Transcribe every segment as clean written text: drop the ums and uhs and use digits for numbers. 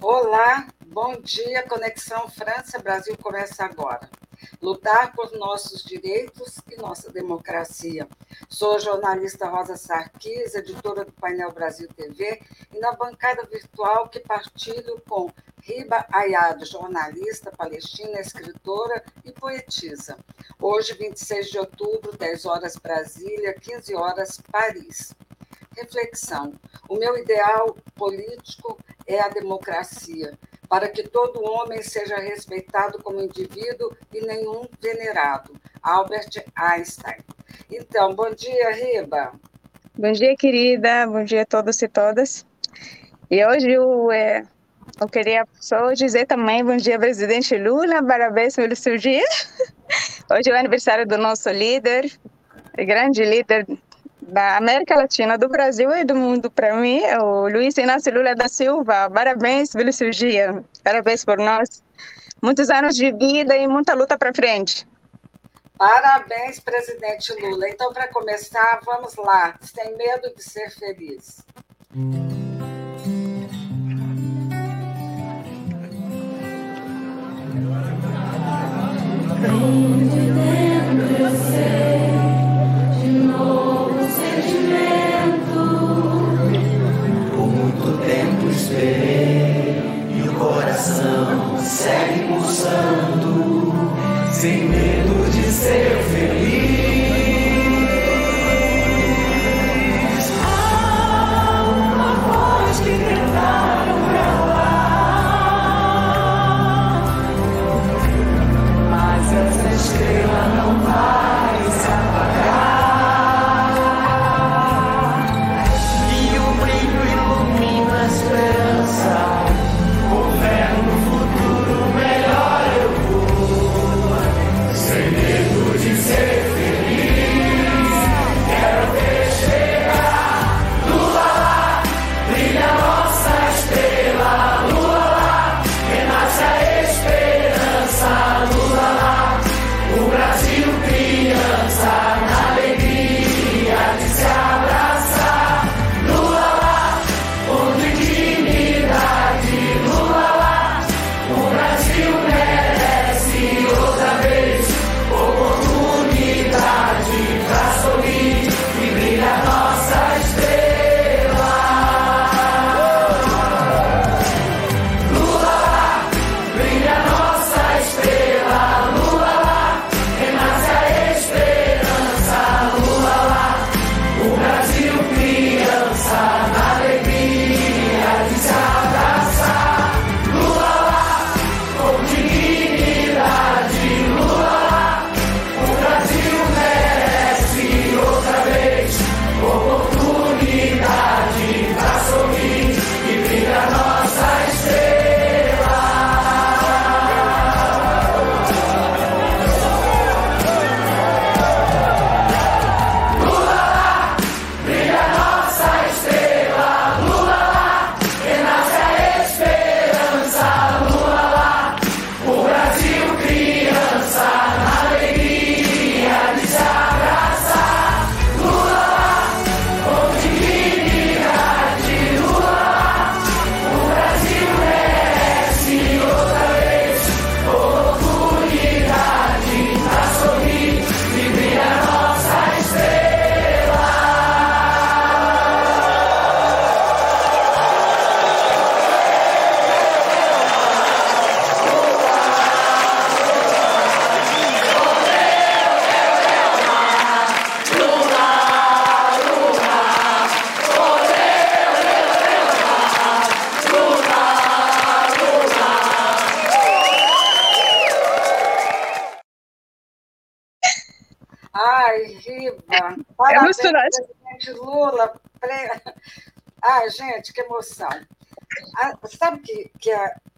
Olá, bom dia. Conexão França-Brasil começa agora. Lutar por nossos direitos e nossa democracia. Sou a jornalista Rosa Sarquis, editora do Painel Brasil TV, e na bancada virtual que partilho com Hiba Ayad, jornalista palestina, escritora e poetisa. Hoje, 26 de outubro, 10 horas Brasília, 15 horas Paris. Reflexão. O meu ideal político é a democracia, para que todo homem seja respeitado como indivíduo e nenhum venerado. Albert Einstein. Então, bom dia, Riba. Bom dia, querida. Bom dia a todos e todas. E hoje eu queria só dizer também bom dia, presidente Lula. Parabéns pelo seu dia. Hoje é o aniversário do nosso líder, grande líder da América Latina, do Brasil e do mundo, para mim, o Luiz Inácio Lula da Silva. Parabéns pelo seu dia. Parabéns por nós. Muitos anos de vida e muita luta para frente. Parabéns, presidente Lula. Então, para começar, vamos lá. Sem medo de ser feliz. Vem de dentro, eu sei, de novo sentimento. Por muito tempo esperei e o coração segue pulsando, sem medo de ser feliz. Há uma voz que tentaram calar, essa estrela não vai se apagar. E o brilho ilumina a esperança. Com fé no futuro melhor eu vou, sem medo de ser feliz. Quero ver chegar. Lula lá, brilha nossa estrela. Lula lá, renasce a esperança. Lula lá, o Brasil criança, na alegria de se abraçar. Lula lá, com dignidade. Lula lá, o Brasil merece outra vez oportunidade pra sorrir e brilhar nossa estrela. Lula lá, brilha nossa estrela. Lula lá, renasce a esperança. Lula lá, o Brasil criança, na alegria de se abraçar. Lula lá, com dignidade. Lula lá, o Brasil merece outra vez oportunidade pra sorrir e brilhar nossa estrela. Lula lá, brilha nossa estrela. Lula lá, renasce a esperança. Lula lá, o Brasil criança, na alegria de se abraçar. Lula lá, com dignidade. Lula lá, o Brasil merece outra vez oportunidade pra sorrir e brilhar nossa estrela. Ai, Riba. Parabéns, Emocionante. presidente Lula. Ai, gente, que emoção. Sabe que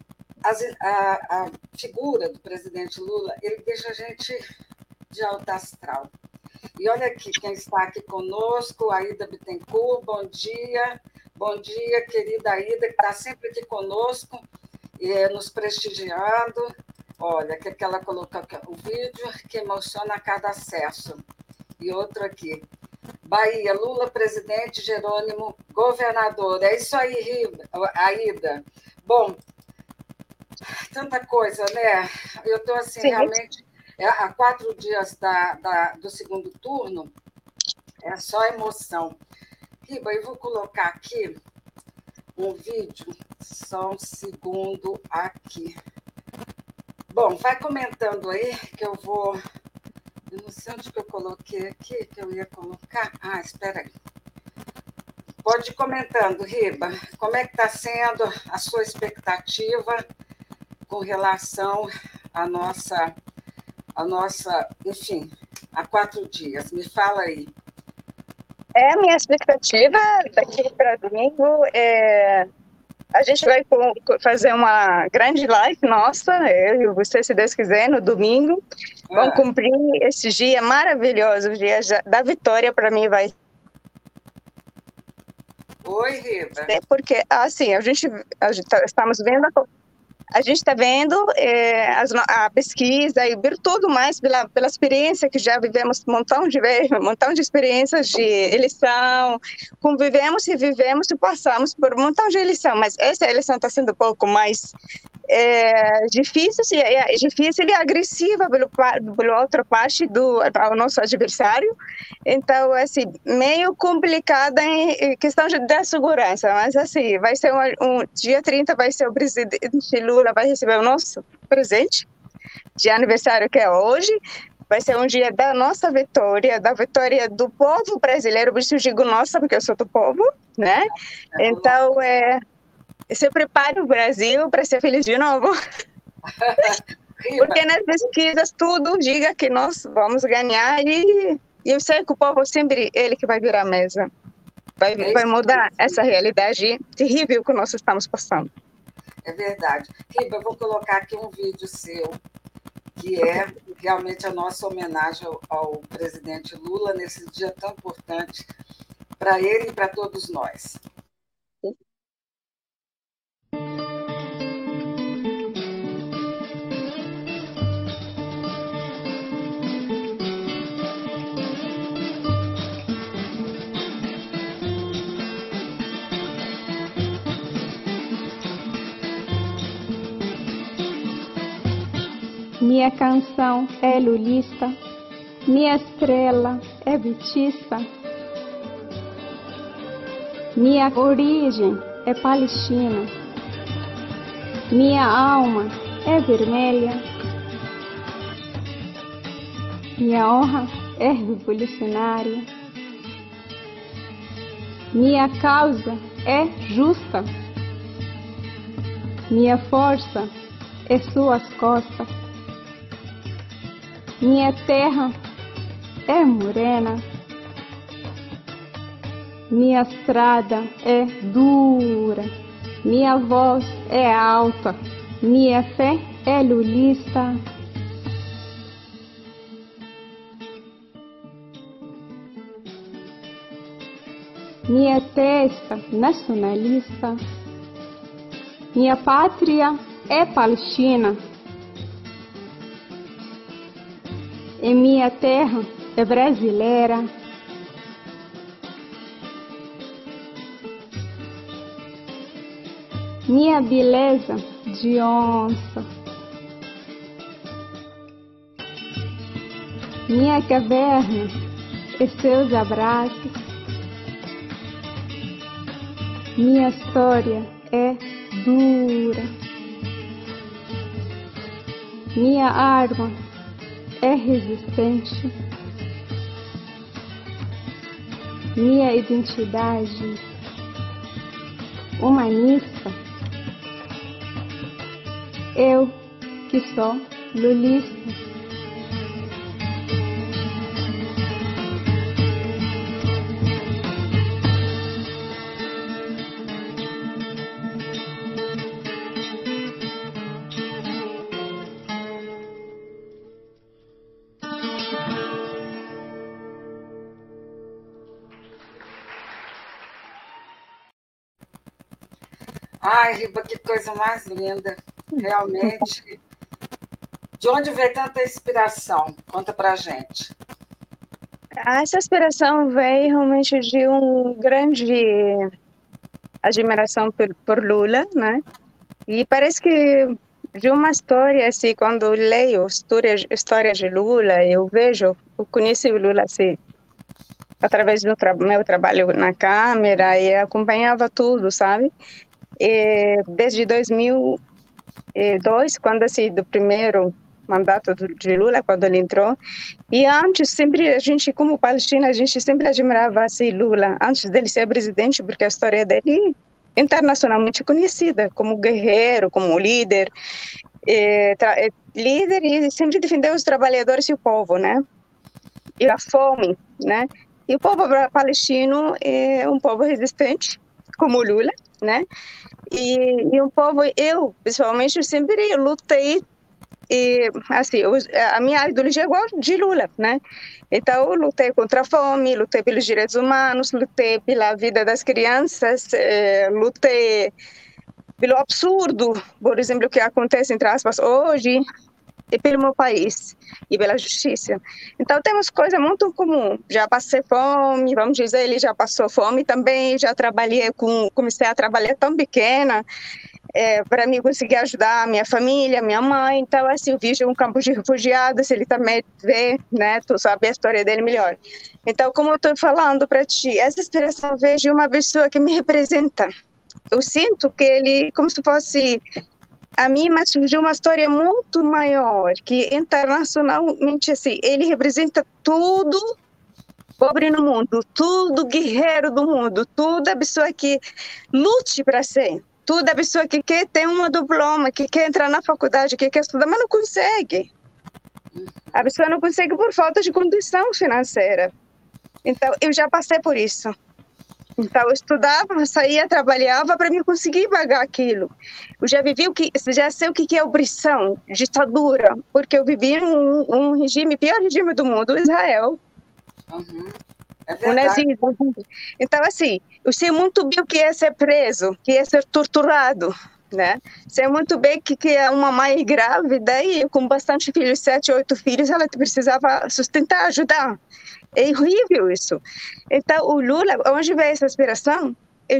a figura do presidente Lula, ele deixa a gente de alto astral. E olha aqui, quem está aqui conosco, Aida Bittencourt, bom dia. Bom dia, querida Aida, que está sempre aqui conosco, nos prestigiando. Olha, que ela colocou aqui, o vídeo que emociona a cada acesso. E outro aqui. Bahia, Lula presidente, Jerônimo governador. É isso aí, Aida. Bom, tanta coisa, né? Eu estou assim, Sim. realmente, há 4 dias do segundo turno, é só emoção. Riba, eu vou colocar aqui um vídeo, só um segundo aqui. Bom, vai comentando aí, que eu vou... Eu não sei onde que eu coloquei aqui, que eu ia colocar. Ah, espera aí. Pode ir comentando, Riba, como é que está sendo a sua expectativa com relação à nossa, enfim, há 4 dias. Me fala aí. A minha expectativa daqui para domingo a gente vai fazer uma grande live nossa, eu e você, se Deus quiser, no domingo. Vamos cumprir esse dia maravilhoso, o dia da vitória. Para mim vai. Oi, Riba. Porque, assim, estamos vendo, a gente está vendo a pesquisa e ver tudo mais pela experiência que já vivemos, um montão de experiências de eleição, convivemos e vivemos e passamos por um montão de eleição, mas essa eleição está sendo um pouco mais difícil e agressiva pela outra parte do nosso adversário. Então, assim, meio complicada em questão da segurança, mas assim, vai ser dia 30 vai ser o presidente Lula vai receber o nosso presente de aniversário, que é hoje. Vai ser um dia da nossa vitória, da vitória do povo brasileiro, por isso eu digo nossa, porque eu sou do povo, né? Então, se prepare o Brasil para ser feliz de novo. Porque nas pesquisas tudo diga que nós vamos ganhar e eu sei que o povo sempre ele que vai virar a mesa. Vai mudar essa realidade terrível que nós estamos passando. É verdade. Riba, eu vou colocar aqui um vídeo seu, que é realmente a nossa homenagem ao presidente Lula nesse dia tão importante para ele e para todos nós. Minha canção é lulista, minha estrela é vitista, minha origem é palestina, minha alma é vermelha, minha honra é revolucionária, minha causa é justa, minha força é suas costas. Minha terra é morena, minha estrada é dura, minha voz é alta, minha fé é lulista. Minha testa nacionalista, minha pátria é Palestina. E minha terra é brasileira. Minha beleza de onça. Minha caverna e seus abraços. Minha história é dura. Minha arma é resistente. Minha identidade humanista. Eu que sou lulista. Ai, Riba, que coisa mais linda. Realmente. De onde veio tanta inspiração? Conta pra gente. Essa inspiração veio realmente de uma grande admiração por Lula, né? E parece que de uma história, assim, quando eu leio história de Lula, eu conheci o Lula, assim, através do meu trabalho na Câmara, e acompanhava tudo, sabe? E desde 2002, quando, assim, do primeiro mandato de Lula, quando ele entrou, e antes, sempre, a gente, como palestina, a gente sempre admirava, assim, Lula, antes dele ser presidente, porque a história dele é internacionalmente conhecida, como guerreiro, como líder, líder e sempre defendeu os trabalhadores e o povo, né? E a fome, né? E o povo palestino é um povo resistente, como o Lula, né? E um povo, eu, pessoalmente, sempre lutei, e, assim, a minha ideologia é igual de Lula, né? Então, eu lutei contra a fome, lutei pelos direitos humanos, lutei pela vida das crianças, lutei pelo absurdo, por exemplo, que acontece, entre aspas, hoje, e pelo meu país, e pela justiça. Então, temos coisa muito comum. Já passei fome, vamos dizer, ele já passou fome também, já comecei a trabalhar tão pequena, para mim conseguir ajudar a minha família, minha mãe. Então, assim, eu vejo um campo de refugiados, ele também vê, né, tu sabe a história dele melhor. Então, como eu estou falando para ti, essa inspiração vejo de uma pessoa que me representa. Eu sinto que ele, como se fosse a mim, mas surgiu uma história muito maior, que internacionalmente, assim, ele representa tudo pobre no mundo, tudo guerreiro do mundo, toda pessoa que lute para ser, toda pessoa que quer ter um diploma, que quer entrar na faculdade, que quer estudar, mas não consegue. A pessoa não consegue por falta de condição financeira. Então, eu já passei por isso. Então, eu estudava, saía, trabalhava para mim conseguir pagar aquilo. Eu já vivi já sei o que é opressão, ditadura, porque eu vivi em um regime, pior regime do mundo, Israel. Uhum. O nazismo. Então, assim, eu sei muito bem o que é ser preso, o que é ser torturado, né? Sei muito bem que é uma mãe grávida e com bastante filhos, 7, 8 filhos, ela precisava sustentar, ajudar. É horrível isso. Então, o Lula, onde vem essa inspiração?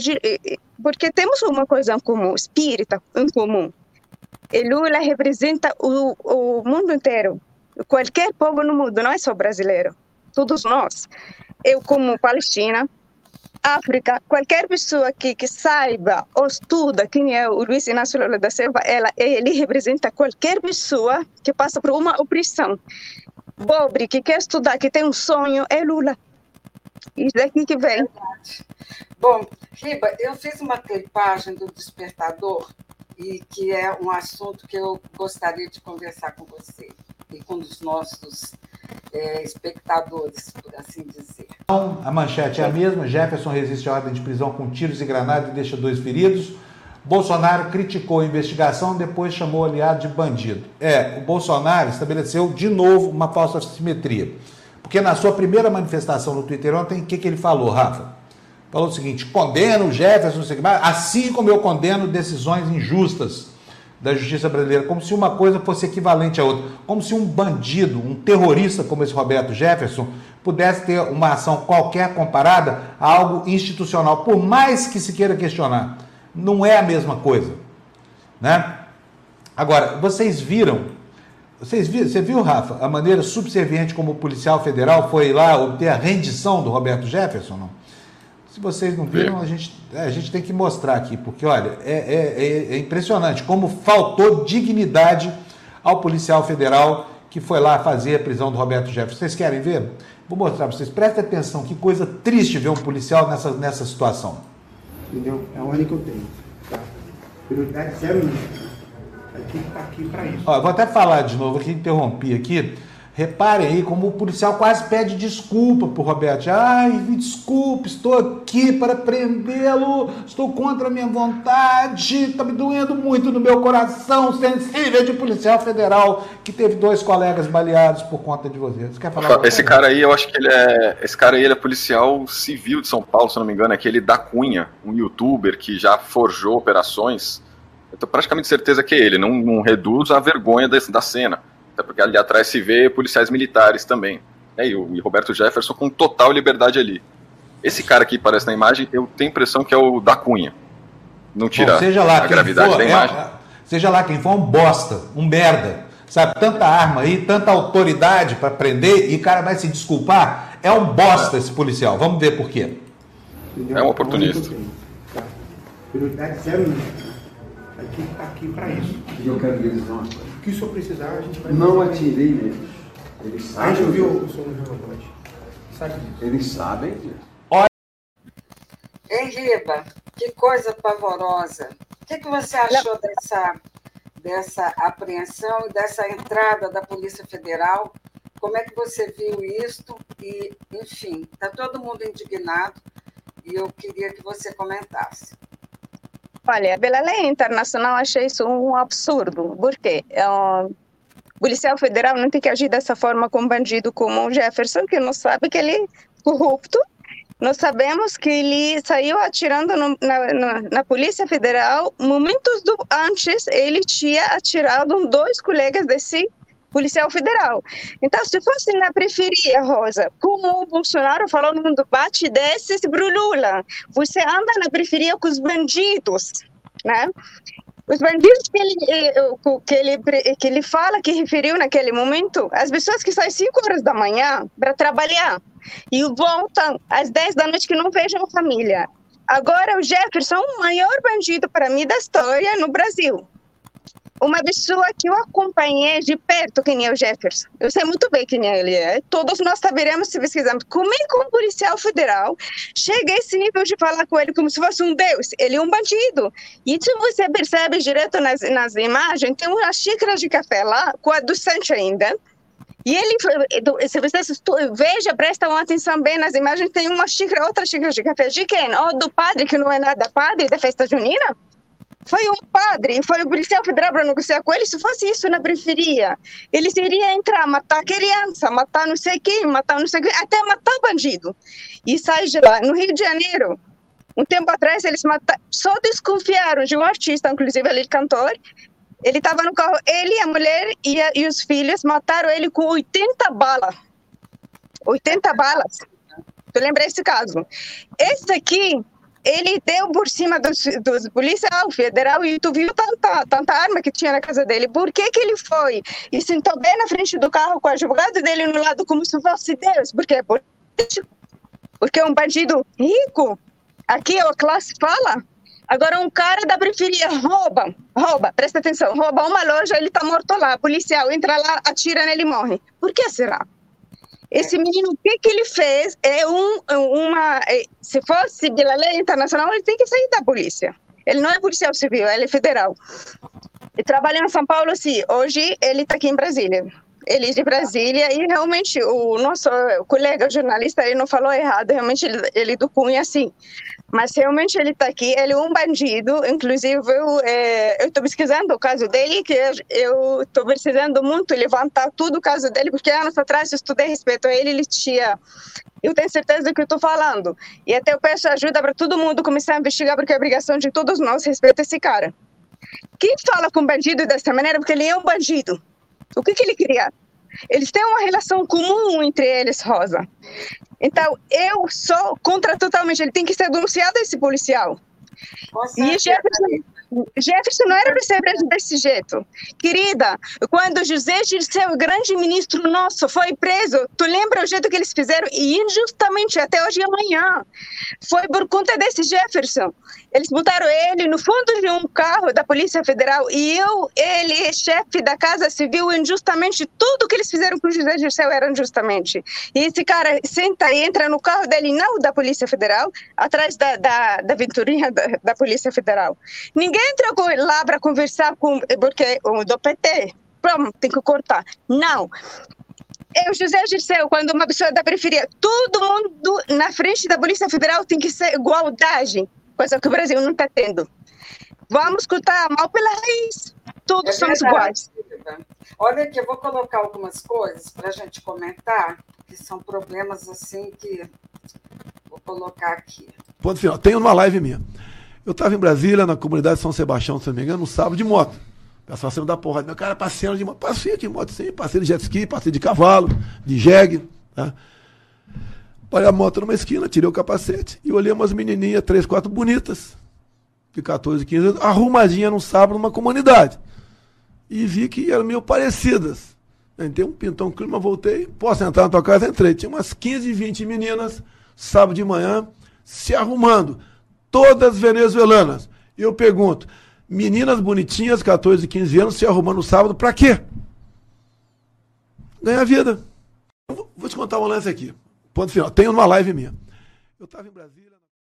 Porque temos uma coisa em comum, espírita em comum. E Lula representa o mundo inteiro. Qualquer povo no mundo, não é só brasileiro. Todos nós. Eu, como palestina, África, qualquer pessoa que saiba ou estuda quem é o Luiz Inácio Lula da Silva, ele representa qualquer pessoa que passa por uma opressão. Pobre, que quer estudar, que tem um sonho, é Lula. Isso daqui que vem. Bom, Riba, eu fiz uma clipagem do Despertador, e que é um assunto que eu gostaria de conversar com você e com os nossos espectadores, por assim dizer. Então, a manchete é a mesma: Jefferson resiste à ordem de prisão com tiros e granadas e deixa 2 feridos. Bolsonaro criticou a investigação, depois chamou o aliado de bandido. O Bolsonaro estabeleceu de novo uma falsa simetria. Porque na sua primeira manifestação no Twitter ontem, o que ele falou, Rafa? Falou o seguinte: condeno o Jefferson, assim como eu condeno decisões injustas da justiça brasileira, como se uma coisa fosse equivalente à outra. Como se um bandido, um terrorista como esse Roberto Jefferson, pudesse ter uma ação qualquer comparada a algo institucional, por mais que se queira questionar. Não é a mesma coisa, né? Agora, você viu, Rafa, a maneira subserviente como o policial federal foi lá obter a rendição do Roberto Jefferson, não? Se vocês não viram, a gente tem que mostrar aqui, porque, olha, é impressionante como faltou dignidade ao policial federal que foi lá fazer a prisão do Roberto Jefferson. Vocês querem ver? Vou mostrar para vocês. Prestem atenção, que coisa triste ver um policial nessa situação. Entendeu? É a ordem que eu tenho. Tá? Prioridade 0 1. A equipe está aqui para isso. Ó, vou até falar de novo aqui, interrompi aqui. Reparem aí como o policial quase pede desculpa para o Roberto. Ai, me desculpe, estou aqui para prendê-lo, estou contra a minha vontade, está me doendo muito no meu coração sensível de policial federal que teve 2 colegas baleados por conta de você. Você quer falar? Esse cara aí, eu acho que ele é policial civil de São Paulo, se não me engano, é aquele da Cunha, um youtuber que já forjou operações. Eu tenho praticamente certeza que é ele, não reduz a vergonha da cena. Até porque ali atrás se vê policiais militares também. E o Roberto Jefferson com total liberdade ali. Esse cara que aparece na imagem, eu tenho a impressão que é o da Cunha. Não tira seja lá a gravidade da imagem. seja lá quem for, um bosta, um merda, sabe? Tanta arma aí, tanta autoridade para prender e o cara vai se desculpar. É um bosta esse policial. Vamos ver por quê. Entendeu? É um oportunista. Tá? Prioridade zero. A equipe está aqui para isso. E eu quero que eles não. O que o senhor precisar, a gente vai... Não atirei neles. Eles sabem. A gente ouviu o senhor no jornal hoje. Sabe disso? Eles sabem disso. Hein, Riba? Que coisa pavorosa. O que você achou dessa apreensão e dessa entrada da Polícia Federal? Como é que você viu isto? E, enfim, está todo mundo indignado e eu queria que você comentasse. Olha, pela lei internacional, achei isso um absurdo. Por quê? O policial federal não tem que agir dessa forma com um bandido como o Jefferson, que não sabe que ele é corrupto. Nós sabemos que ele saiu atirando na Polícia Federal. Momentos antes, ele tinha atirado em 2 colegas desse policial federal. Então, se fosse na periferia, Rosa, como o Bolsonaro falou num debate desses pro Lula, você anda na periferia com os bandidos, né? Os bandidos que ele fala, que referiu naquele momento, as pessoas que saem 5 horas da manhã para trabalhar e voltam às 10 da noite que não vejam a família. Agora, o Jefferson é o maior bandido para mim da história no Brasil. Uma pessoa que eu acompanhei de perto quem é o Jefferson. Eu sei muito bem quem ele é. Todos nós saberemos se pesquisarmos. Como é que um policial federal chega a esse nível de falar com ele como se fosse um deus? Ele é um bandido. E se você percebe direto nas imagens, tem uma xícara de café lá, com adoçante ainda. E ele, se você veja, prestam atenção bem nas imagens, tem outra xícara de café de quem? Ou do padre, que não é nada padre, da festa junina? Foi um padre, foi o policial federal para negociar com ele. Se fosse isso na periferia, eles iriam entrar, matar criança, matar não sei quem, até matar bandido. E sai de lá. No Rio de Janeiro, um tempo atrás, eles só desconfiaram de um artista, inclusive ele cantor. Ele estava no carro, ele, a mulher e os filhos mataram ele com 80 balas. 80 balas. Tu lembra esse caso? Esse aqui, ele deu por cima dos policial federal e tu viu tanta arma que tinha na casa dele. Por que ele foi e sentou bem na frente do carro com o advogado dele no lado como se fosse Deus? Porque é político. Porque é um bandido rico. Aqui a classe fala. Agora um cara da periferia rouba, presta atenção, rouba uma loja, ele tá morto lá, policial entra lá, atira nele e morre. Por que será? Esse menino, o que ele fez é se fosse pela lei internacional, ele tem que sair da polícia. Ele não é policial civil, ele é federal. Ele trabalha em São Paulo, sim. Hoje ele está aqui em Brasília. Ele é de Brasília e realmente o nosso colega jornalista, ele não falou errado, realmente ele do Cunha, sim. Mas realmente ele está aqui, ele é um bandido, inclusive eu estou pesquisando o caso dele, que eu estou precisando muito levantar tudo o caso dele, porque anos atrás eu estudei a respeito a ele tinha... Eu tenho certeza do que eu estou falando. E até eu peço ajuda para todo mundo começar a investigar, porque é obrigação de todos nós respeitar esse cara. Quem fala com bandido dessa maneira, porque ele é um bandido. O que ele queria? Eles têm uma relação comum entre eles, Rosa. Então, eu sou contra totalmente. Ele tem que ser denunciado, esse policial. E Jefferson não era para ser preso desse jeito. Querida, quando José Dirceu, o grande ministro nosso, foi preso, tu lembra o jeito que eles fizeram? E injustamente, até hoje e amanhã. Foi por conta desse Jefferson. Eles botaram ele no fundo de um carro da Polícia Federal e ele é chefe da Casa Civil injustamente. Tudo que eles fizeram com o José Dirceu era injustamente. E esse cara senta e entra no carro dele, não da Polícia Federal, atrás da viaturinha da Polícia Federal. Ninguém entrou lá para conversar porque do PT, pronto, tem que cortar. Não. O José Dirceu, quando uma pessoa da periferia, todo mundo na frente da Polícia Federal tem que ser igualdade, coisa que o Brasil não está tendo. Vamos escutar mal pela raiz. Todos somos iguais. Olha aqui, eu vou colocar algumas coisas para a gente comentar, que são problemas assim que... Vou colocar aqui. Ponto final. Tem uma live minha. Eu estava em Brasília, na comunidade de São Sebastião, se não me engano, no sábado de moto. O pessoal saiu da porra. Meu cara passeando de moto. Passei de moto, sim. Passei de jet ski, passei de cavalo, de jegue. Tá? Parei a moto numa esquina, tirei o capacete e olhei umas menininhas, 3, 4 bonitas, de 14, 15 anos, arrumadinha num sábado numa comunidade. e vi que eram meio parecidas. Entrei pintou um clima, voltei, posso entrar na tua casa? Entrei. Tinha umas 15, 20 meninas, sábado de manhã, se arrumando, todas venezuelanas. E eu pergunto, meninas bonitinhas, 14, 15 anos, se arrumando no sábado, pra quê? Ganhar vida. Vou te contar um lance aqui. Ponto final. Tenho uma live minha. Eu estava em Brasília.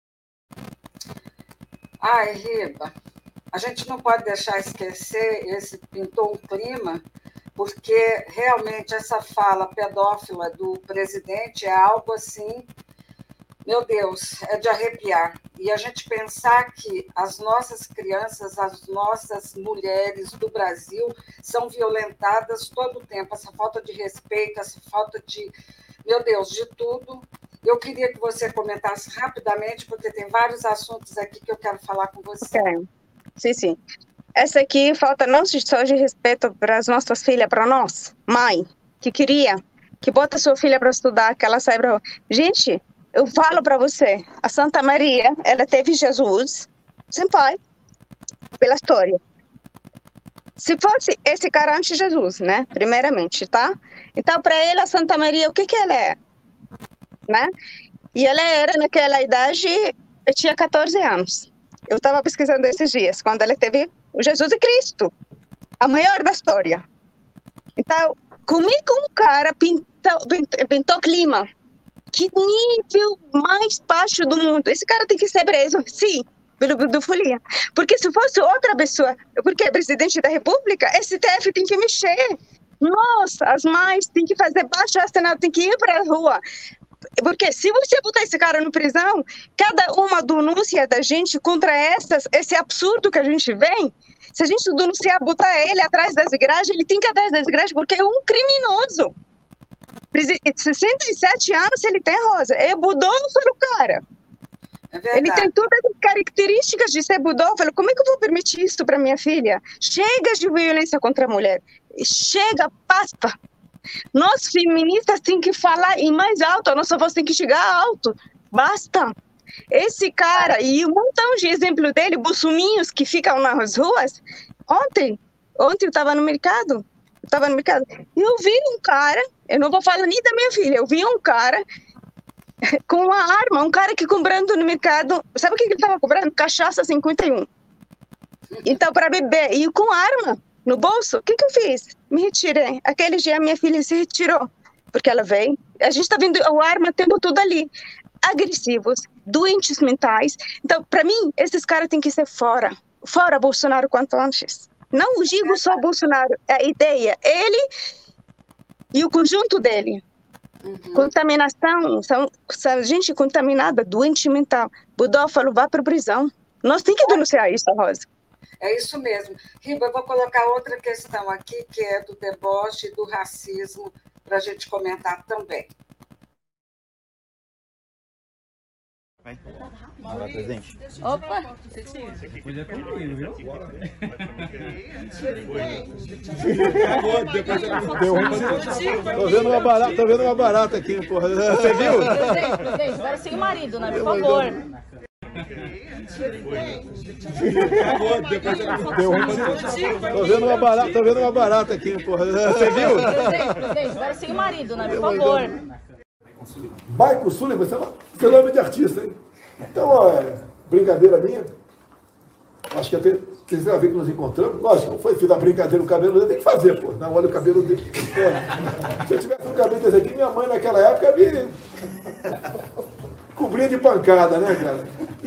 Ai, Riba, a gente não pode deixar esquecer esse pintou um clima, porque realmente essa fala pedófila do presidente é algo assim, meu Deus, é de arrepiar. E a gente pensar que as nossas crianças, as nossas mulheres do Brasil são violentadas todo o tempo, essa falta de respeito, essa falta de, meu Deus, de tudo. Eu queria que você comentasse rapidamente, porque tem vários assuntos aqui que eu quero falar com você. Okay. Sim. Essa aqui falta não só de respeito para as nossas filhas, para nós, mãe, que queria, que bota sua filha para estudar, que ela saiba. Gente, eu falo para você, a Santa Maria, ela teve Jesus sem pai, pela história. Se fosse esse cara antes de Jesus, né? Primeiramente, tá? Então, para ele, a Santa Maria, o que ela é? Né? E ela era, naquela idade, eu tinha 14 anos. Eu estava pesquisando esses dias, quando ela teve o Jesus e Cristo, a maior da história. Então, comigo um cara pintou clima. Que nível mais baixo do mundo. Esse cara tem que ser preso, sim, pelo pedofilia. Porque se fosse outra pessoa, porque é presidente da República, STF tem que mexer. Nossa, as mães têm que fazer baixo-assinado, tem que ir para a rua. Porque se você botar esse cara na prisão, cada uma denúncia da gente contra esse absurdo que a gente vê, se a gente denunciar, botar ele atrás das igrejas, ele tem que ir atrás das igrejas porque é um criminoso. 67 anos ele tem, Rosa. É budófilo, cara. Ele tem todas as características de ser budófilo. Como é que eu vou permitir isso para minha filha? Chega de violência contra a mulher. Chega, basta. Nós feministas tem que falar em mais alto. A nossa voz tem que chegar alto. Basta. Esse cara e um montão de exemplo dele, bolsominhos que ficam nas ruas. Ontem eu estava no mercado. E eu vi um cara, eu não vou falar nem da minha filha, eu vi um cara com uma arma, um cara que comprando no mercado, sabe o que ele estava comprando? Cachaça 51. Então, para beber, e com arma no bolso, o que eu fiz? Me retirei. Aquele dia minha filha se retirou, porque ela veio, a gente está vendo a arma o tempo todo ali. Agressivos, doentes mentais. Então, para mim, esses caras têm que ser fora Bolsonaro quanto antes. Não digo só Bolsonaro, a ideia, ele e o conjunto dele. Contaminação, são gente contaminada, doente mental. Budófilo, vá para a prisão. Nós temos que denunciar isso, Rosa. É isso mesmo. Riba, eu vou colocar outra questão aqui, que é do deboche e do racismo, para a gente comentar também. Olá, presidente. Opa! Depois é comigo, viu? Tô vendo uma barata aqui, porra. Você viu? Presidente, agora sem o marido, né? Por favor. Tô vendo uma barata aqui, porra. Você viu? Presidente, agora sem o marido, né? Por favor. Michael Sullivan, você é nome de artista, hein? Então, brincadeira minha. Acho que até terceira vez que nos encontramos. Lógico, foi fiz a brincadeira, o cabelo dele tem que fazer, pô. Não, olha o cabelo dele. Se eu tivesse um cabelo desse aqui, minha mãe naquela época me cobria de pancada, né, cara?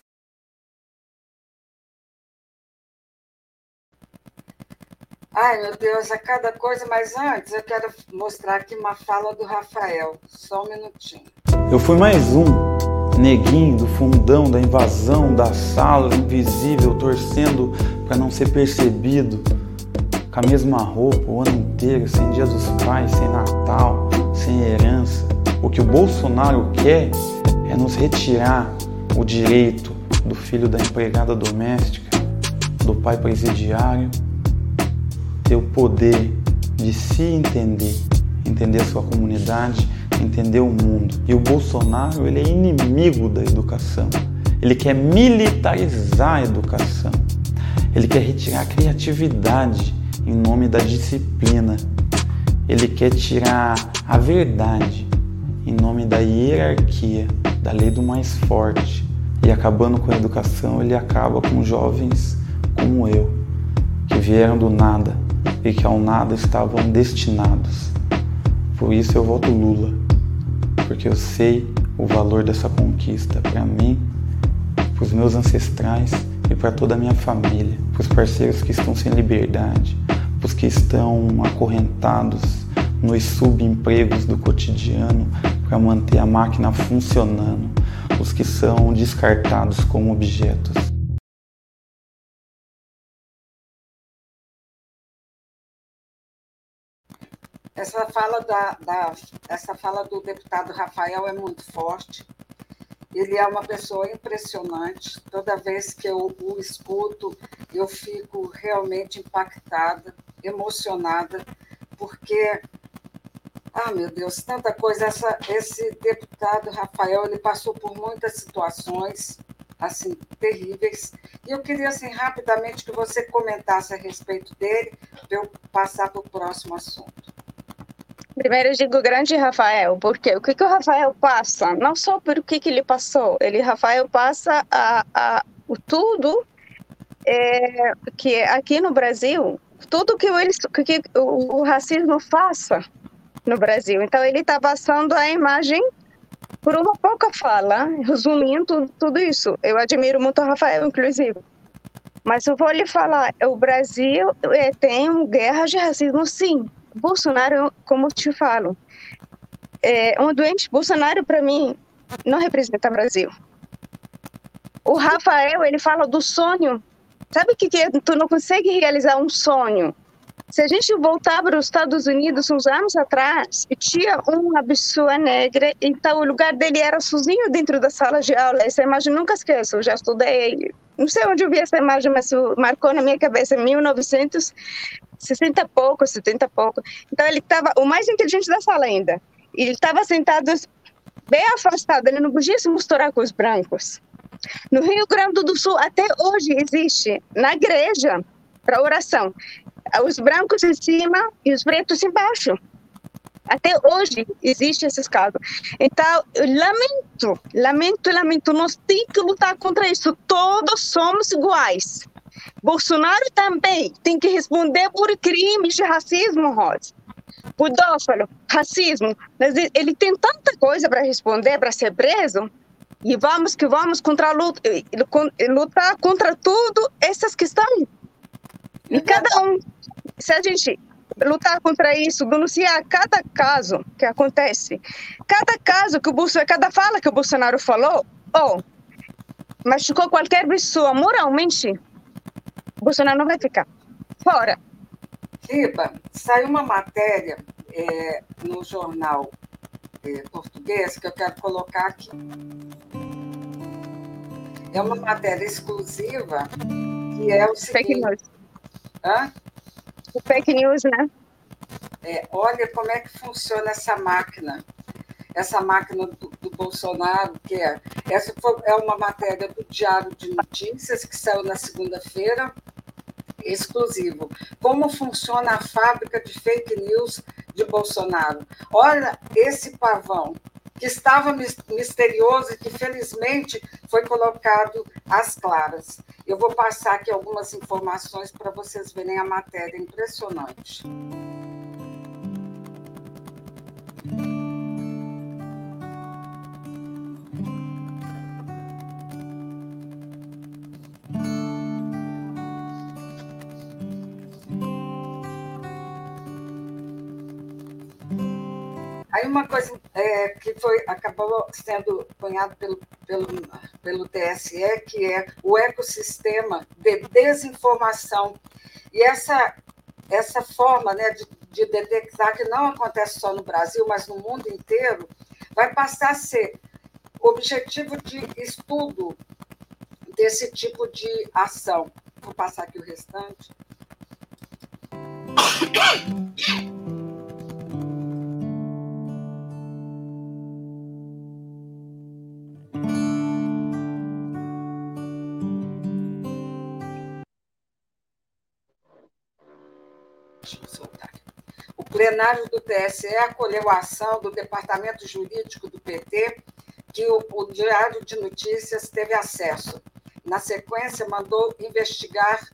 Ai, meu Deus, é cada coisa, mas antes eu quero mostrar aqui uma fala do Rafael. Só um minutinho. Eu fui mais um neguinho do fundão, da invasão, da sala invisível, torcendo para não ser percebido, com a mesma roupa o ano inteiro, sem Dia dos Pais, sem Natal, sem herança. O que o Bolsonaro quer é nos retirar o direito do filho da empregada doméstica, do pai presidiário, ter o poder de se entender a sua comunidade, entender o mundo. E o Bolsonaro, ele é inimigo da educação. Ele quer militarizar a educação. Ele quer retirar a criatividade em nome da disciplina. Ele quer tirar a verdade em nome da hierarquia, da lei do mais forte. E acabando com a educação, ele acaba com jovens como eu, que vieram do nada e que ao nada estavam destinados. Por isso eu voto Lula, porque eu sei o valor dessa conquista para mim, para os meus ancestrais e para toda a minha família, para os parceiros que estão sem liberdade, para os que estão acorrentados nos subempregos do cotidiano para manter a máquina funcionando, os que são descartados como objetos. Essa fala do deputado Rafael é muito forte. Ele é uma pessoa impressionante. Toda vez que eu o escuto, eu fico realmente impactada, emocionada, porque, meu Deus, tanta coisa. Esse deputado Rafael, ele passou por muitas situações assim terríveis. E eu queria, assim, rapidamente que você comentasse a respeito dele, para eu passar para o próximo assunto. Primeiro eu digo grande Rafael, porque o que o Rafael passa, não só por o que ele passou, Rafael passa o tudo que aqui no Brasil, tudo que o racismo faça no Brasil. Então ele está passando a imagem por uma pouca fala, resumindo tudo isso. Eu admiro muito o Rafael, inclusive. Mas eu vou lhe falar, o Brasil tem uma guerra de racismo, sim. Bolsonaro, como te falo, um doente. Bolsonaro, para mim, não representa o Brasil. O Rafael, ele fala do sonho. Sabe o que é? Tu não consegue realizar um sonho. Se a gente voltar para os Estados Unidos uns anos atrás, tinha uma pessoa negra, então o lugar dele era sozinho dentro da sala de aula. Essa imagem nunca esqueço, eu já estudei. Não sei onde eu vi essa imagem, mas marcou na minha cabeça em 1960 e pouco, 70 e pouco. Então ele estava o mais inteligente da sala ainda. Ele estava sentado bem afastado, ele não podia se misturar com os brancos. No Rio Grande do Sul, até hoje existe, na igreja, para oração, os brancos em cima e os pretos embaixo. Até hoje existe esses casos. Então, eu lamento, nós temos que lutar contra isso. Todos somos iguais. Bolsonaro também tem que responder por crimes de racismo, Rose. Pedófilo, racismo. Mas ele tem tanta coisa para responder, para ser preso. E vamos lutar contra tudo essas questões. E cada um, se a gente lutar contra isso, denunciar cada caso que acontece, cada caso que cada fala que o Bolsonaro falou, machucou qualquer pessoa moralmente, o Bolsonaro não vai ficar fora. Riba, saiu uma matéria no jornal português que eu quero colocar aqui. É uma matéria exclusiva que é o seguinte... Fake news. Hã? O fake news, né? Olha como é que funciona essa máquina do Bolsonaro, essa é uma matéria do Diário de Notícias, que saiu na segunda-feira, exclusivo. Como funciona a fábrica de fake news de Bolsonaro. Olha esse pavão, que estava misterioso e que, felizmente, foi colocado às claras. Eu vou passar aqui algumas informações para vocês verem a matéria impressionante. Aí uma coisa que acabou sendo cunhado pelo TSE, que é o ecossistema de desinformação. E essa forma, né, de detectar que não acontece só no Brasil, mas no mundo inteiro, vai passar a ser objetivo de estudo desse tipo de ação. Vou passar aqui o restante. Deixa eu soltar. O plenário do TSE acolheu a ação do Departamento Jurídico do PT, que o Diário de Notícias teve acesso. Na sequência, mandou investigar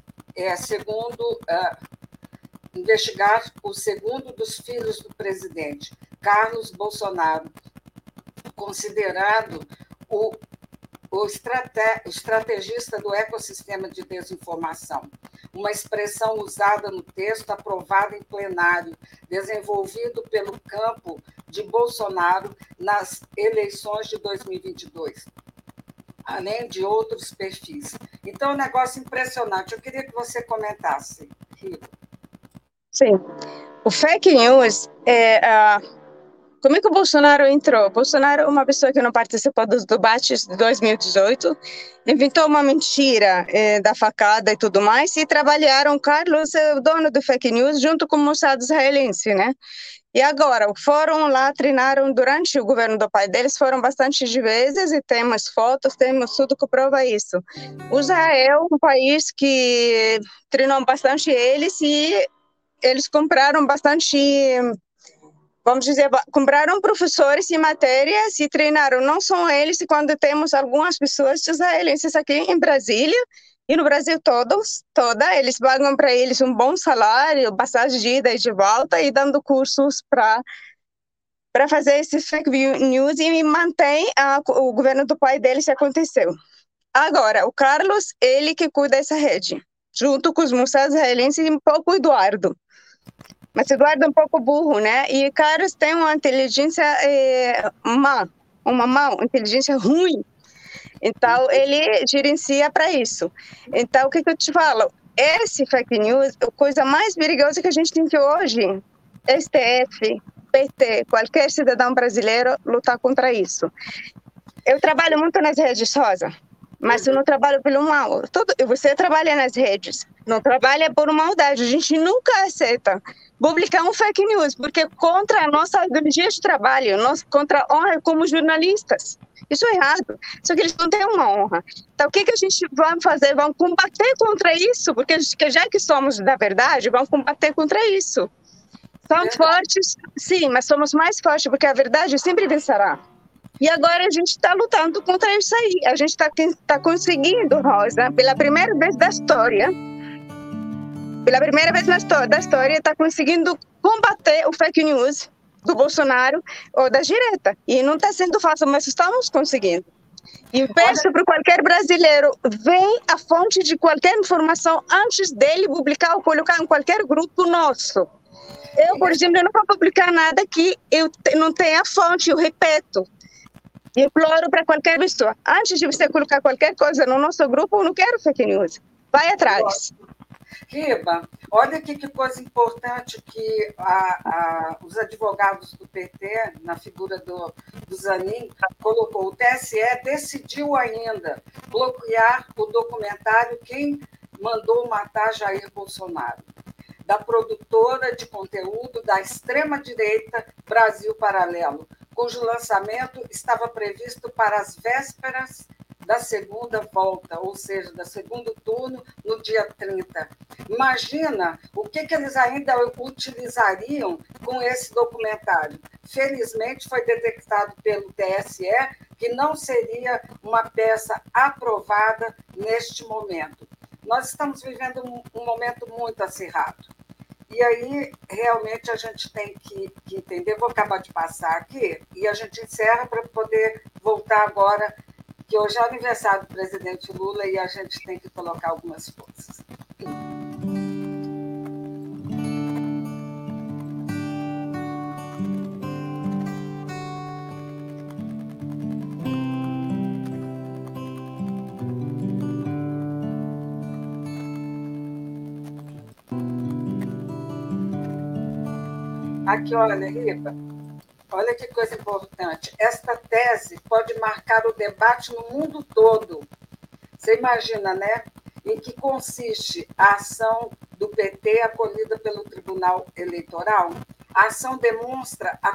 o segundo dos filhos do presidente, Carlos Bolsonaro, considerado o estrategista do ecossistema de desinformação, uma expressão usada no texto aprovado em plenário, desenvolvido pelo campo de Bolsonaro nas eleições de 2022, além de outros perfis. Então, é um negócio impressionante. Eu queria que você comentasse, Rita. Sim. O fake news como é que o Bolsonaro entrou? Bolsonaro é uma pessoa que não participou dos debates de 2018, inventou uma mentira da facada e tudo mais, e trabalharam Carlos, o dono do fake news, junto com o Mossad israelense, né? E agora, foram lá, treinaram durante o governo do pai deles, foram bastante vezes, e temos fotos, temos tudo que prova isso. O Israel é um país que treinou bastante eles, e eles compraram bastante... Vamos dizer, compraram professores e matérias e treinaram não só eles, e quando temos algumas pessoas israelenses aqui em Brasília e no Brasil toda, eles pagam para eles um bom salário, passagem de ida e de volta, e dando cursos para fazer esse fake news, e mantém o governo do pai deles aconteceu. Agora, o Carlos, ele que cuida dessa rede, junto com os moçados israelenses e um pouco o Eduardo. Mas Eduardo é um pouco burro, né? E Carlos tem uma inteligência inteligência ruim. Então, ele gerencia para isso. Então, o que eu te falo? Esse fake news, a coisa mais perigosa que a gente tem que hoje, STF, PT, qualquer cidadão brasileiro lutar contra isso. Eu trabalho muito nas redes, Rosa, mas eu não trabalho pelo mal. Você trabalha nas redes, não trabalha por maldade. A gente nunca aceita publicar um fake news, porque contra a nossa ideologia de trabalho, contra a honra como jornalistas. Isso é errado. Só que eles não têm uma honra. Então, o que a gente vai fazer? Vamos combater contra isso, porque já que somos da verdade, vamos combater contra isso. Somos fortes, sim, mas somos mais fortes, porque a verdade sempre vencerá. E agora a gente está lutando contra isso aí. A gente está conseguindo, Rosa, pela primeira vez da história, está conseguindo combater o fake news do Bolsonaro ou da direita. E não está sendo fácil, mas estamos conseguindo. E peço para qualquer brasileiro, vem a fonte de qualquer informação antes dele publicar ou colocar em qualquer grupo nosso. Eu, por exemplo, não vou publicar nada que eu não tenha fonte, eu repito. E imploro para qualquer pessoa, antes de você colocar qualquer coisa no nosso grupo, eu não quero fake news. Vai atrás. Riba, olha aqui que coisa importante que os advogados do PT, na figura do Zanin, colocou. O TSE decidiu ainda bloquear o documentário Quem Mandou Matar Jair Bolsonaro, da produtora de conteúdo da extrema-direita Brasil Paralelo, cujo lançamento estava previsto para as vésperas da segunda volta, ou seja, do segundo turno, no dia 30. Imagina o que eles ainda utilizariam com esse documentário. Felizmente, foi detectado pelo TSE que não seria uma peça aprovada neste momento. Nós estamos vivendo um momento muito acirrado. E aí, realmente, a gente tem que entender. Vou acabar de passar aqui e a gente encerra para poder voltar agora, que hoje é aniversário do presidente Lula e a gente tem que colocar algumas forças. Aqui, olha, Riba, olha que coisa importante. Esta tese pode marcar o debate no mundo todo. Você imagina, né? Em que consiste a ação do PT acolhida pelo Tribunal Eleitoral? A ação demonstra a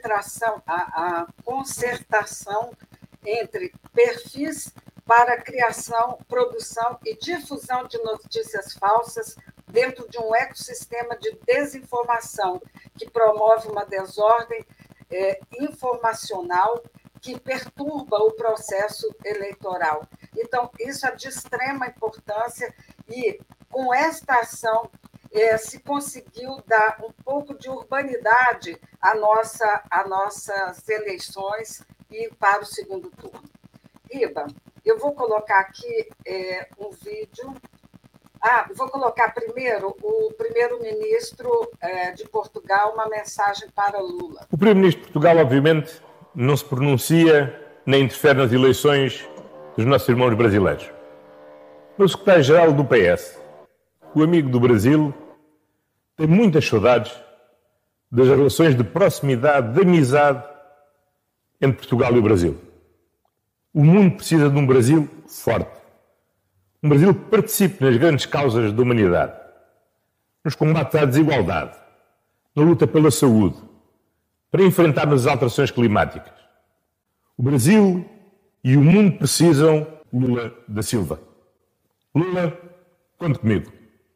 concertação entre perfis para criação, produção e difusão de notícias falsas dentro de um ecossistema de desinformação que promove uma desordem informacional que perturba o processo eleitoral. Então, isso é de extrema importância e, com esta ação, se conseguiu dar um pouco de urbanidade às nossas eleições e para o segundo turno. Riba, eu vou colocar aqui um vídeo. Vou colocar primeiro o primeiro-ministro de Portugal, uma mensagem para Lula. O primeiro-ministro de Portugal, obviamente, não se pronuncia nem interfere nas eleições dos nossos irmãos brasileiros. Mas o secretário-geral do PS, o amigo do Brasil, tem muitas saudades das relações de proximidade, de amizade entre Portugal e o Brasil. O mundo precisa de um Brasil forte. Um Brasil que participe nas grandes causas da humanidade, nos combates à desigualdade, na luta pela saúde, para enfrentar as alterações climáticas. O Brasil e o mundo precisam Lula da Silva. Lula, conte comigo.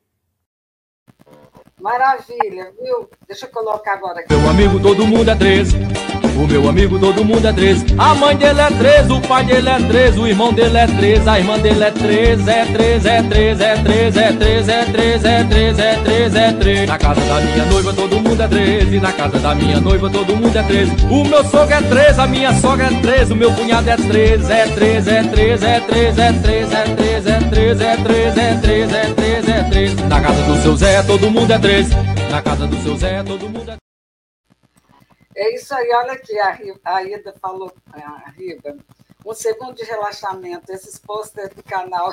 Maravilha, viu? Deixa eu colocar agora aqui. Meu amigo, todo mundo é 13. O meu amigo, todo mundo é 13. A mãe dele é 13, o pai dele é 13, o irmão dele é 13, a irmã dele é 13, é 13, é 13, é 13, é 13, é 13, é 13, é 13, é 13. Na casa da minha noiva, todo mundo é 13. Na casa da minha noiva, todo mundo é 13. O meu sogro é 13, a minha sogra é 13, o meu cunhado é 13, é 13, é 13, é 13, é 13, é 13, é 13, é 13, é 13, é 13, é 13. Na casa do seu Zé, todo mundo é 13. Na casa do seu Zé, todo mundo é 13. É isso aí, olha aqui, a Ida falou, a Riba, um segundo de relaxamento. Esses pôsteres do canal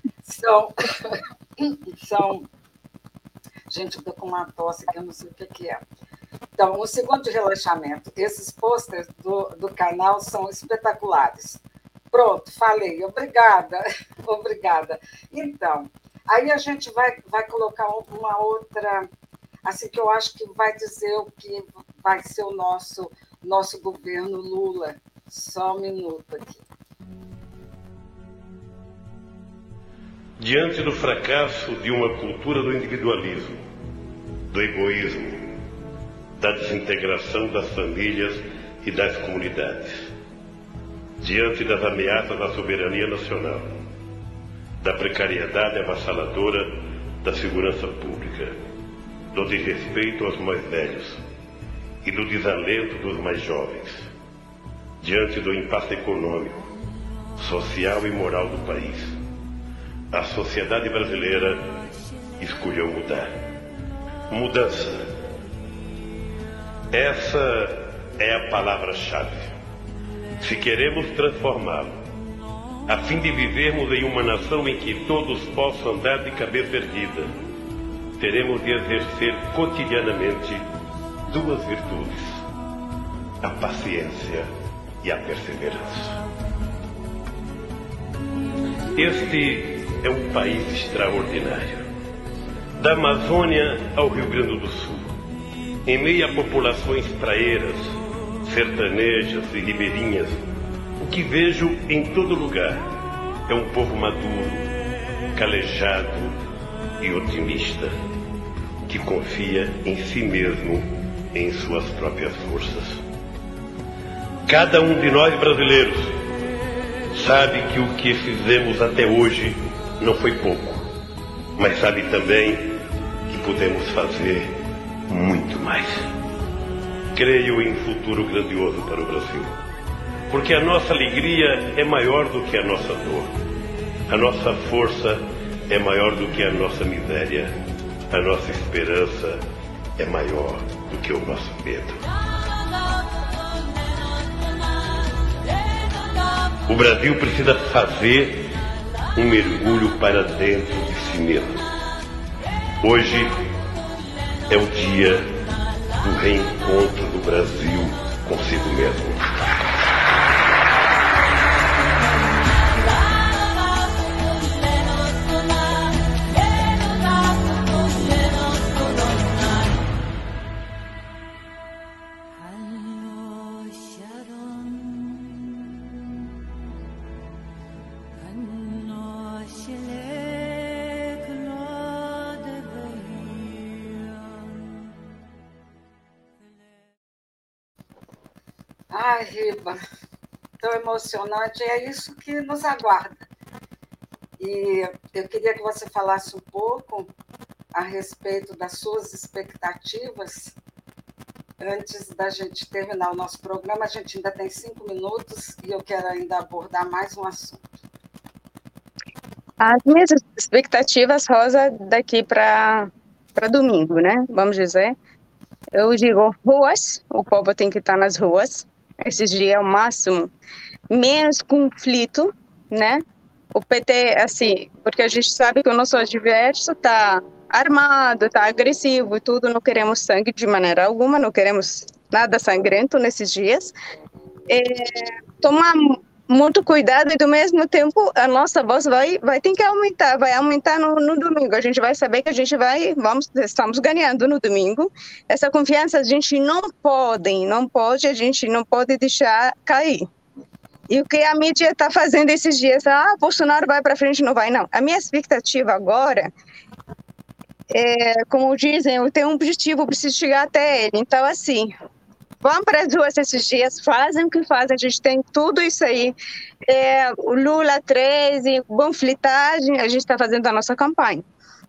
são... Gente, eu estou com uma tosse que eu não sei o que é. Então, um segundo de relaxamento. Esses pôsteres do canal são espetaculares. Pronto, falei. Obrigada. Obrigada. Então, aí a gente vai colocar uma outra... Assim que eu acho que vai dizer o que vai ser o nosso governo Lula. Só um minuto aqui. Diante do fracasso de uma cultura do individualismo, do egoísmo, da desintegração das famílias e das comunidades, diante das ameaças à soberania nacional, da precariedade avassaladora da segurança pública, do desrespeito aos mais velhos e do desalento dos mais jovens, diante do impasse econômico, social e moral do país, a sociedade brasileira escolheu mudar. Mudança. Essa é a palavra-chave. Se queremos transformá-lo, a fim de vivermos em uma nação em que todos possam andar de cabeça erguida, teremos de exercer cotidianamente duas virtudes: a paciência e a perseverança. Este é um país extraordinário. Da Amazônia ao Rio Grande do Sul, em meio a populações praeiras, sertanejas e ribeirinhas, o que vejo em todo lugar é um povo maduro, calejado e otimista, que confia em si mesmo, em suas próprias forças. Cada um de nós brasileiros sabe que o que fizemos até hoje não foi pouco, mas sabe também que podemos fazer muito mais. Creio em um futuro grandioso para o Brasil, porque a nossa alegria é maior do que a nossa dor, a nossa força é maior do que a nossa miséria, a nossa esperança é maior do que o nosso medo. O Brasil precisa fazer um mergulho para dentro de si mesmo. Hoje é o dia do reencontro do Brasil consigo mesmo. Ai, Riba, tão emocionante, é isso que nos aguarda. E eu queria que você falasse um pouco a respeito das suas expectativas. Antes da gente terminar o nosso programa, a gente ainda tem 5 minutos e eu quero ainda abordar mais um assunto. As minhas expectativas, Rosa, daqui para domingo, né? Vamos dizer. Eu digo ruas, o povo tem que estar nas ruas. Esses dias é o máximo. Menos conflito, né? O PT, assim, porque a gente sabe que o nosso adversário está armado, está agressivo e tudo, não queremos sangue de maneira alguma, não queremos nada sangrento nesses dias. Tomar muito cuidado e, do mesmo tempo, a nossa voz vai ter que aumentar, vai aumentar no domingo. A gente vai saber que a gente estamos ganhando no domingo. Essa confiança a gente não pode, a gente não pode deixar cair. E o que a mídia está fazendo esses dias? Bolsonaro vai para frente, não vai, não. A minha expectativa agora como dizem, eu tenho um objetivo, eu preciso chegar até ele. Então, assim, vamos para as ruas esses dias, fazem o que fazem, a gente tem tudo isso aí. O Lula 13, panfletagem, a gente está fazendo a nossa campanha.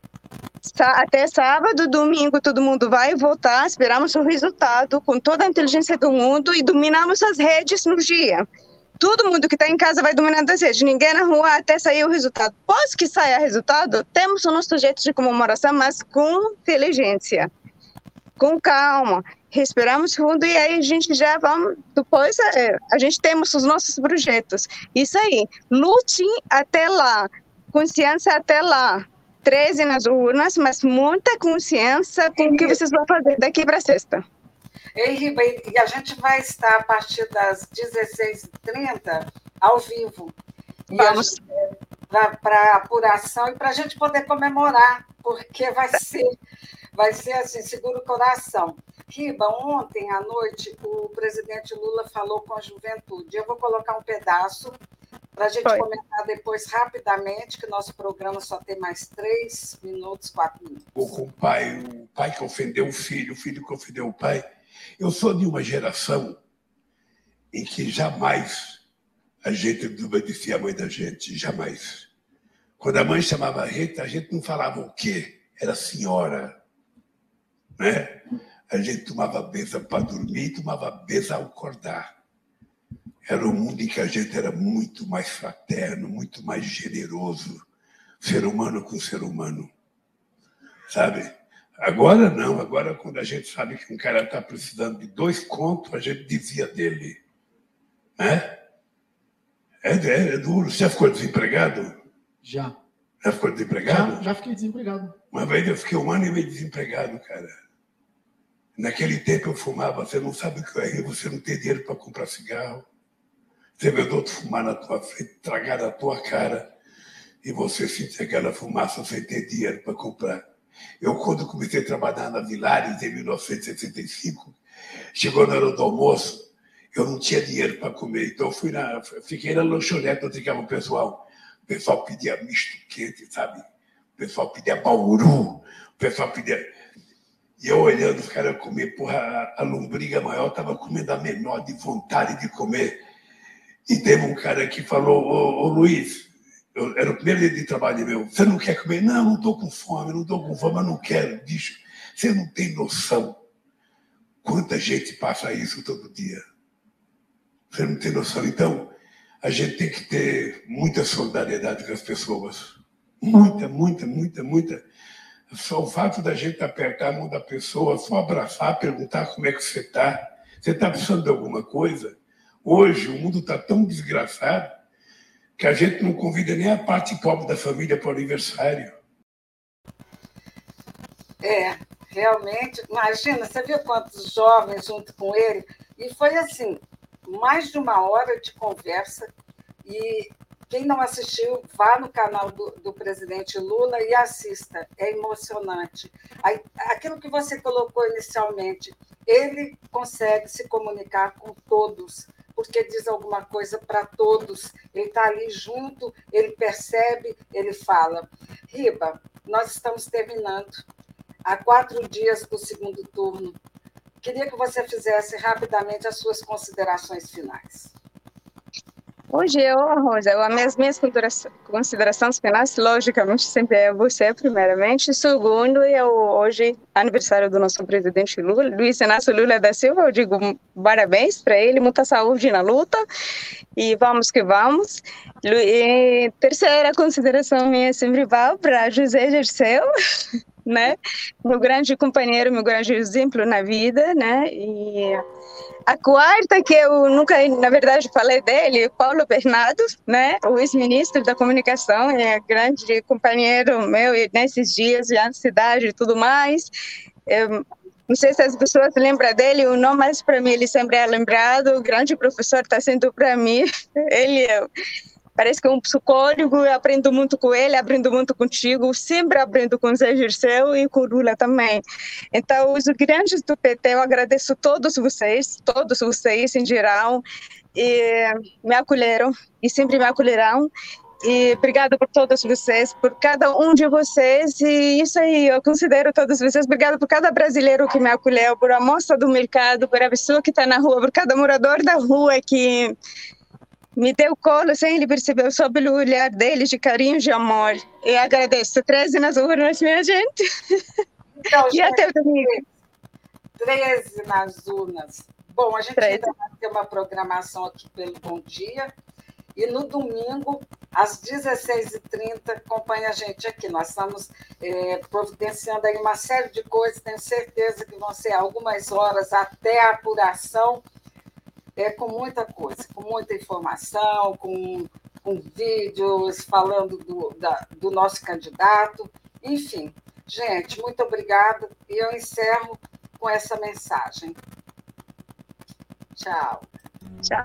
Até sábado, domingo, todo mundo vai votar, esperamos o resultado com toda a inteligência do mundo e dominamos as redes no dia. Todo mundo que está em casa vai dominando as redes, ninguém na rua até sair o resultado. Após que saia o resultado, temos o nosso jeito de comemoração, mas com inteligência, com calma. Respiramos fundo e aí a gente já vamos, depois a gente temos os nossos projetos. Isso aí, lutem até lá, consciência até lá. 13 nas urnas, mas muita consciência com o que vocês vão fazer daqui para sexta. Ei, Riba, e a gente vai estar a partir das 16h30 ao vivo. Vamos. Para apuração e para a gente poder comemorar, porque vai ser assim, seguro o coração. Riba, ontem à noite o presidente Lula falou com a juventude. Eu vou colocar um pedaço para a gente comentar depois rapidamente, que o nosso programa só tem mais 3 minutos, 4 minutos. Ou com o pai que ofendeu o filho que ofendeu o pai. Eu sou de uma geração em que jamais a gente desobedecia a mãe da gente, jamais. Quando a mãe chamava a gente não falava o quê? Era senhora, né? A gente tomava benção para dormir, tomava benção ao acordar. Era um mundo em que a gente era muito mais fraterno, muito mais generoso, ser humano com ser humano, sabe? Agora não, agora quando a gente sabe que um cara está precisando de 2 contos, a gente dizia dele, né? É duro. Você já ficou desempregado? Já. Já ficou desempregado? Já fiquei desempregado. Uma vez eu fiquei 1 ano e meio desempregado, cara. Naquele tempo eu fumava, você não sabe o que é, você não tem dinheiro para comprar cigarro. Você vê o outro fumar na tua frente, tragar na tua cara, e você sentir aquela fumaça sem ter dinheiro para comprar. Eu, quando comecei a trabalhar na Vilares, em 1965, chegou na hora do almoço, eu não tinha dinheiro para comer, então fiquei na lanchonete onde ficava o pessoal. O pessoal pedia misto quente, sabe? O pessoal pedia bauru, o pessoal pedia... E eu olhando os caras comer, porra, a lombriga maior estava comendo a menor de vontade de comer. E teve um cara que falou, ô Luiz, era o primeiro dia de trabalho meu, você não quer comer? Não estou com fome, eu não quero, bicho. Você não tem noção quanta gente passa isso todo dia. Você não tem noção. Então, a gente tem que ter muita solidariedade com as pessoas. Muita, muita, muita, muita. Só o fato da gente apertar a mão da pessoa, só abraçar, perguntar como é que você está. Você está precisando de alguma coisa? Hoje, o mundo está tão desgraçado que a gente não convida nem a parte pobre da família para o aniversário. Realmente. Imagina, você viu quantos jovens junto com ele? E foi assim, mais de 1 hora de conversa. E quem não assistiu, vá no canal do presidente Lula e assista. É emocionante. Aquilo que você colocou inicialmente, ele consegue se comunicar com todos, porque diz alguma coisa para todos. Ele está ali junto, ele percebe, ele fala. Riba, nós estamos terminando. Há 4 dias do segundo turno. queria que você fizesse rapidamente as suas considerações finais. Hoje Rosa, as minhas considerações finais, logicamente, sempre é você, primeiramente. Segundo, hoje, aniversário do nosso presidente Lula, Luiz Inácio Lula da Silva. Eu digo parabéns para ele, muita saúde na luta e vamos que vamos. E terceira consideração minha sempre vai para José Dirceu, né? Meu grande companheiro, meu grande exemplo na vida, né? E a quarta, que eu nunca, na verdade, falei dele, Paulo Bernardo, né? O ex-ministro da comunicação, é grande companheiro meu nesses dias na cidade e tudo mais. Não sei se as pessoas lembram dele, o nome, mas para mim ele sempre é lembrado. O grande professor está sendo para mim. Ele parece que é um psicólogo, eu aprendo muito com ele, aprendo muito contigo, sempre aprendo com o Zé Dirceu e com o Lula também. Então, os grandes do PT, eu agradeço a todos vocês em geral, e me acolheram e sempre me acolherão. E obrigada por todos vocês, por cada um de vocês, e isso aí, eu considero todos vocês. Obrigada por cada brasileiro que me acolheu, por a moça do mercado, por a pessoa que está na rua, por cada morador da rua que me deu colo sem ele perceber, só pelo olhar dele de carinho e de amor. Eu agradeço. 13 nas urnas, minha gente. Então, e até o domingo. 13 nas urnas. Bom, a gente ainda vai ter uma programação aqui pelo Bom Dia. E no domingo, às 16h30, acompanha a gente aqui. Nós estamos providenciando aí uma série de coisas. Tenho certeza que vão ser algumas horas até a apuração. Com muita coisa, com muita informação, com vídeos falando do nosso candidato. Enfim, gente, muito obrigada. E eu encerro com essa mensagem. Tchau. Tchau.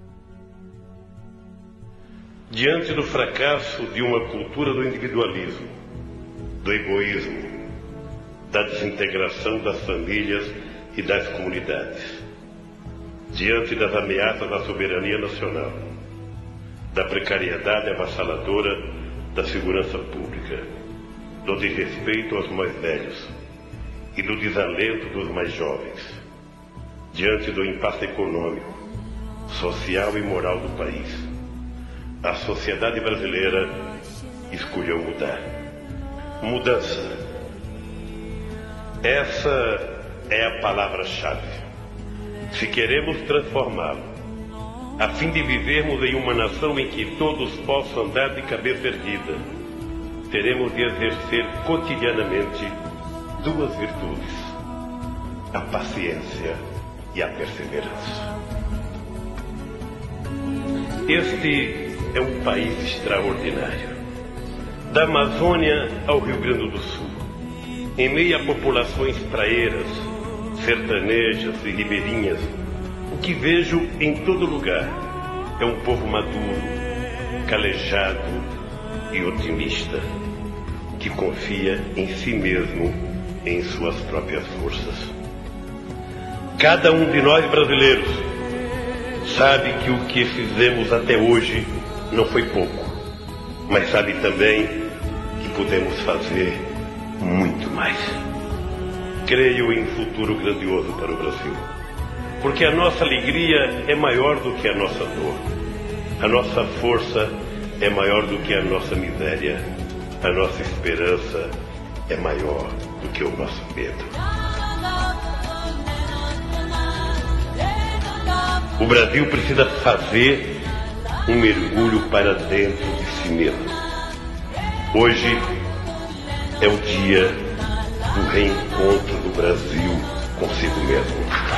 Diante do fracasso de uma cultura do individualismo, do egoísmo, da desintegração das famílias e das comunidades, diante das ameaças à soberania nacional, da precariedade avassaladora da segurança pública, do desrespeito aos mais velhos e do desalento dos mais jovens, diante do impasse econômico, social e moral do país, a sociedade brasileira escolheu mudar. Mudança. Essa é a palavra-chave. Se queremos transformá-lo, a fim de vivermos em uma nação em que todos possam andar de cabeça erguida, teremos de exercer cotidianamente duas virtudes: a paciência e a perseverança. Este é um país extraordinário. Da Amazônia ao Rio Grande do Sul, em meio a populações praeiras, sertanejas e ribeirinhas, o que vejo em todo lugar é um povo maduro, calejado e otimista, que confia em si mesmo, em suas próprias forças. Cada um de nós brasileiros sabe que o que fizemos até hoje não foi pouco, mas sabe também que podemos fazer muito mais. Creio em um futuro grandioso para o Brasil, porque a nossa alegria é maior do que a nossa dor, a nossa força é maior do que a nossa miséria, a nossa esperança é maior do que o nosso medo. O Brasil precisa fazer um mergulho para dentro de si mesmo. Hoje é o dia do reencontro do Brasil consigo mesmo.